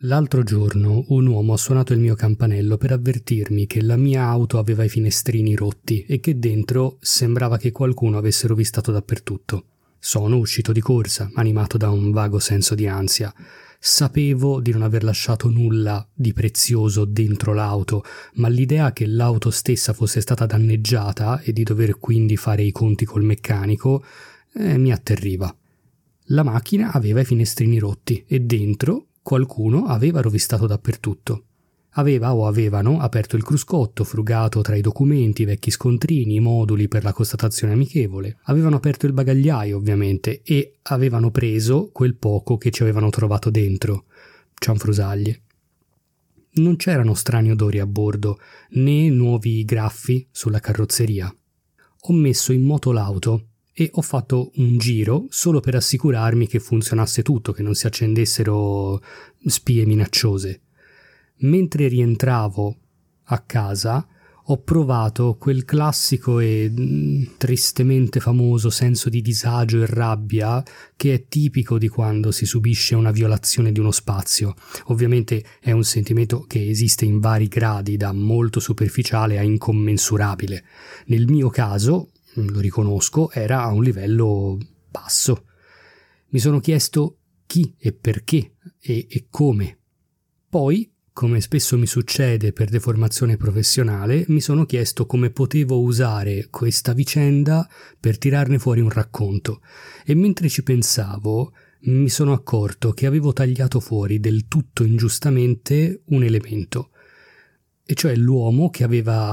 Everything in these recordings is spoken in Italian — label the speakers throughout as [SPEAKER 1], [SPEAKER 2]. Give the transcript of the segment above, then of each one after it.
[SPEAKER 1] L'altro giorno un uomo ha suonato il mio campanello per avvertirmi che la mia auto aveva i finestrini rotti e che dentro sembrava che qualcuno avesse rovistato dappertutto. Sono uscito di corsa, animato da un vago senso di ansia. Sapevo di non aver lasciato nulla di prezioso dentro l'auto, ma l'idea che l'auto stessa fosse stata danneggiata e di dover quindi fare i conti col meccanico mi atterriva. La macchina aveva i finestrini rotti e dentro qualcuno aveva rovistato dappertutto. Avevano aperto il cruscotto, frugato tra i documenti, vecchi scontrini, i moduli per la constatazione amichevole. Avevano aperto il bagagliaio, ovviamente, e avevano preso quel poco che ci avevano trovato dentro. Cianfrusaglie. Non c'erano strani odori a bordo, né nuovi graffi sulla carrozzeria. Ho messo in moto l'auto e ho fatto un giro solo per assicurarmi che funzionasse tutto, che non si accendessero spie minacciose. Mentre rientravo a casa ho provato quel classico e tristemente famoso senso di disagio e rabbia che è tipico di quando si subisce una violazione di uno spazio. Ovviamente è un sentimento che esiste in vari gradi, da molto superficiale a incommensurabile. Nel mio caso, lo riconosco, era a un livello basso. Mi sono chiesto chi e perché e come. Poi, come spesso mi succede per deformazione professionale, mi sono chiesto come potevo usare questa vicenda per tirarne fuori un racconto, e mentre ci pensavo mi sono accorto che avevo tagliato fuori del tutto ingiustamente un elemento, e cioè l'uomo che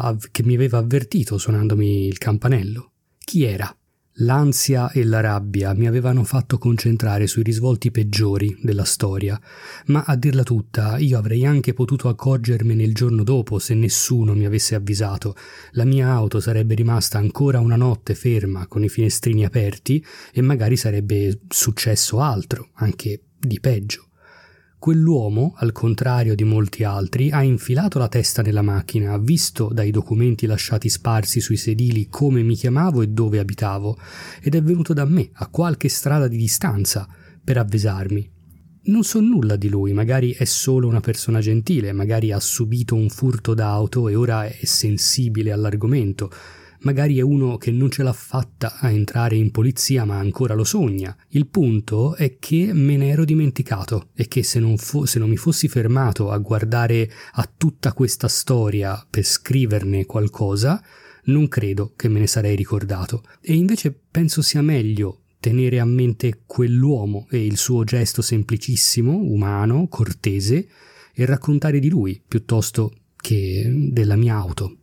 [SPEAKER 1] mi aveva avvertito suonandomi il campanello. Chi era? L'ansia e la rabbia mi avevano fatto concentrare sui risvolti peggiori della storia, ma a dirla tutta io avrei anche potuto accorgermene il giorno dopo se nessuno mi avesse avvisato. La mia auto sarebbe rimasta ancora una notte ferma con i finestrini aperti e magari sarebbe successo altro, anche di peggio. Quell'uomo, al contrario di molti altri, ha infilato la testa nella macchina, ha visto dai documenti lasciati sparsi sui sedili come mi chiamavo e dove abitavo, ed è venuto da me, a qualche strada di distanza, per avvisarmi. Non so nulla di lui, magari è solo una persona gentile, magari ha subito un furto d'auto e ora è sensibile all'argomento. Magari è uno che non ce l'ha fatta a entrare in polizia ma ancora lo sogna. Il punto è che me ne ero dimenticato e che se non mi fossi fermato a guardare a tutta questa storia per scriverne qualcosa, non credo che me ne sarei ricordato. E invece penso sia meglio tenere a mente quell'uomo e il suo gesto semplicissimo, umano, cortese, e raccontare di lui piuttosto che della mia auto.